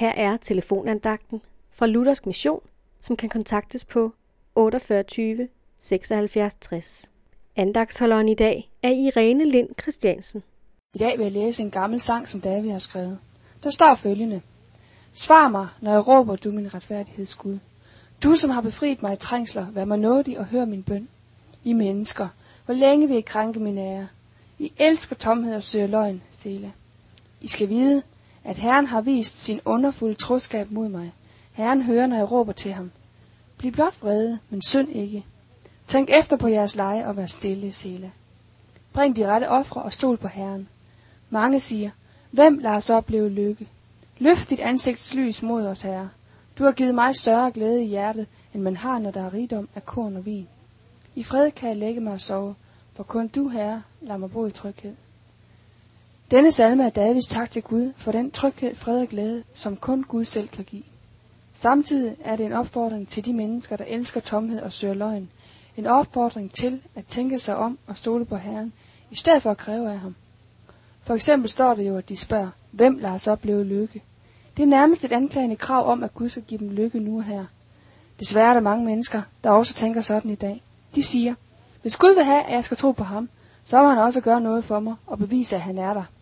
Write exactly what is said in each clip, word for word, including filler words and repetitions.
Her er telefonandagten fra Luthersk Mission, som kan kontaktes på otteogfyrre tyve seksoghalvfjerds tres. Andagtsholderen i dag er Irene Lind Christiansen. I dag vil jeg læse en gammel sang, som David har skrevet. Der står følgende: Svar mig, når jeg råber, du min retfærdigheds Gud. Du, som har befriet mig i trængsler, vær mig nådig og hør min bøn. I mennesker, hvor længe vil I krænke min ære? I elsker tomhed og søger løgn, Sela. I skal vide, at Herren har vist sin underfulde troskab mod mig. Herren hører, når jeg råber til ham. Bliv blot vrede, men synd ikke. Tænk efter på jeres leje og vær stille, Sela. Bring de rette ofre og stol på Herren. Mange siger, hvem lader os opleve lykke? Løft dit ansigts lys mod os, Herre. Du har givet mig større glæde i hjertet, end man har, når der er rigdom af korn og vin. I fred kan jeg lægge mig og sove, for kun du, Herre, lader mig bo i tryghed. Denne salme er Davids tak til Gud for den tryghed, fred og glæde, som kun Gud selv kan give. Samtidig er det en opfordring til de mennesker, der elsker tomhed og søger løgn. En opfordring til at tænke sig om og stole på Herren, i stedet for at kræve af ham. For eksempel står det jo, at de spørger, hvem lader os opleve lykke? Det er nærmest et anklagende krav om, at Gud skal give dem lykke nu og her. Desværre er der mange mennesker, der også tænker sådan i dag. De siger, hvis Gud vil have, at jeg skal tro på ham, så må han også gøre noget for mig og bevise, at han er der.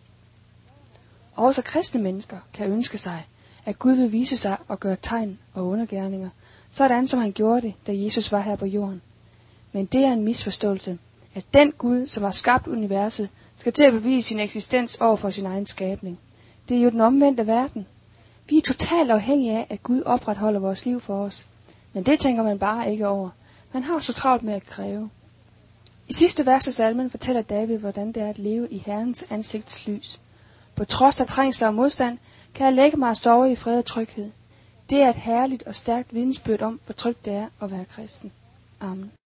Også kristne mennesker kan ønske sig, at Gud vil vise sig og gøre tegn og undergerninger, sådan som han gjorde det, da Jesus var her på jorden. Men det er en misforståelse, at den Gud, som har skabt universet, skal til at bevise sin eksistens over for sin egen skabning. Det er jo den omvendte verden. Vi er totalt afhængige af, at Gud opretholder vores liv for os. Men det tænker man bare ikke over. Man har så travlt med at kræve. I sidste vers af salmen fortæller David, hvordan det er at leve i Herrens ansigts lys. På trods af trængsler og modstand, kan jeg lægge mig og sove i fred og tryghed. Det er et herligt og stærkt vidensbyrd om, hvor trygt det er at være kristen. Amen.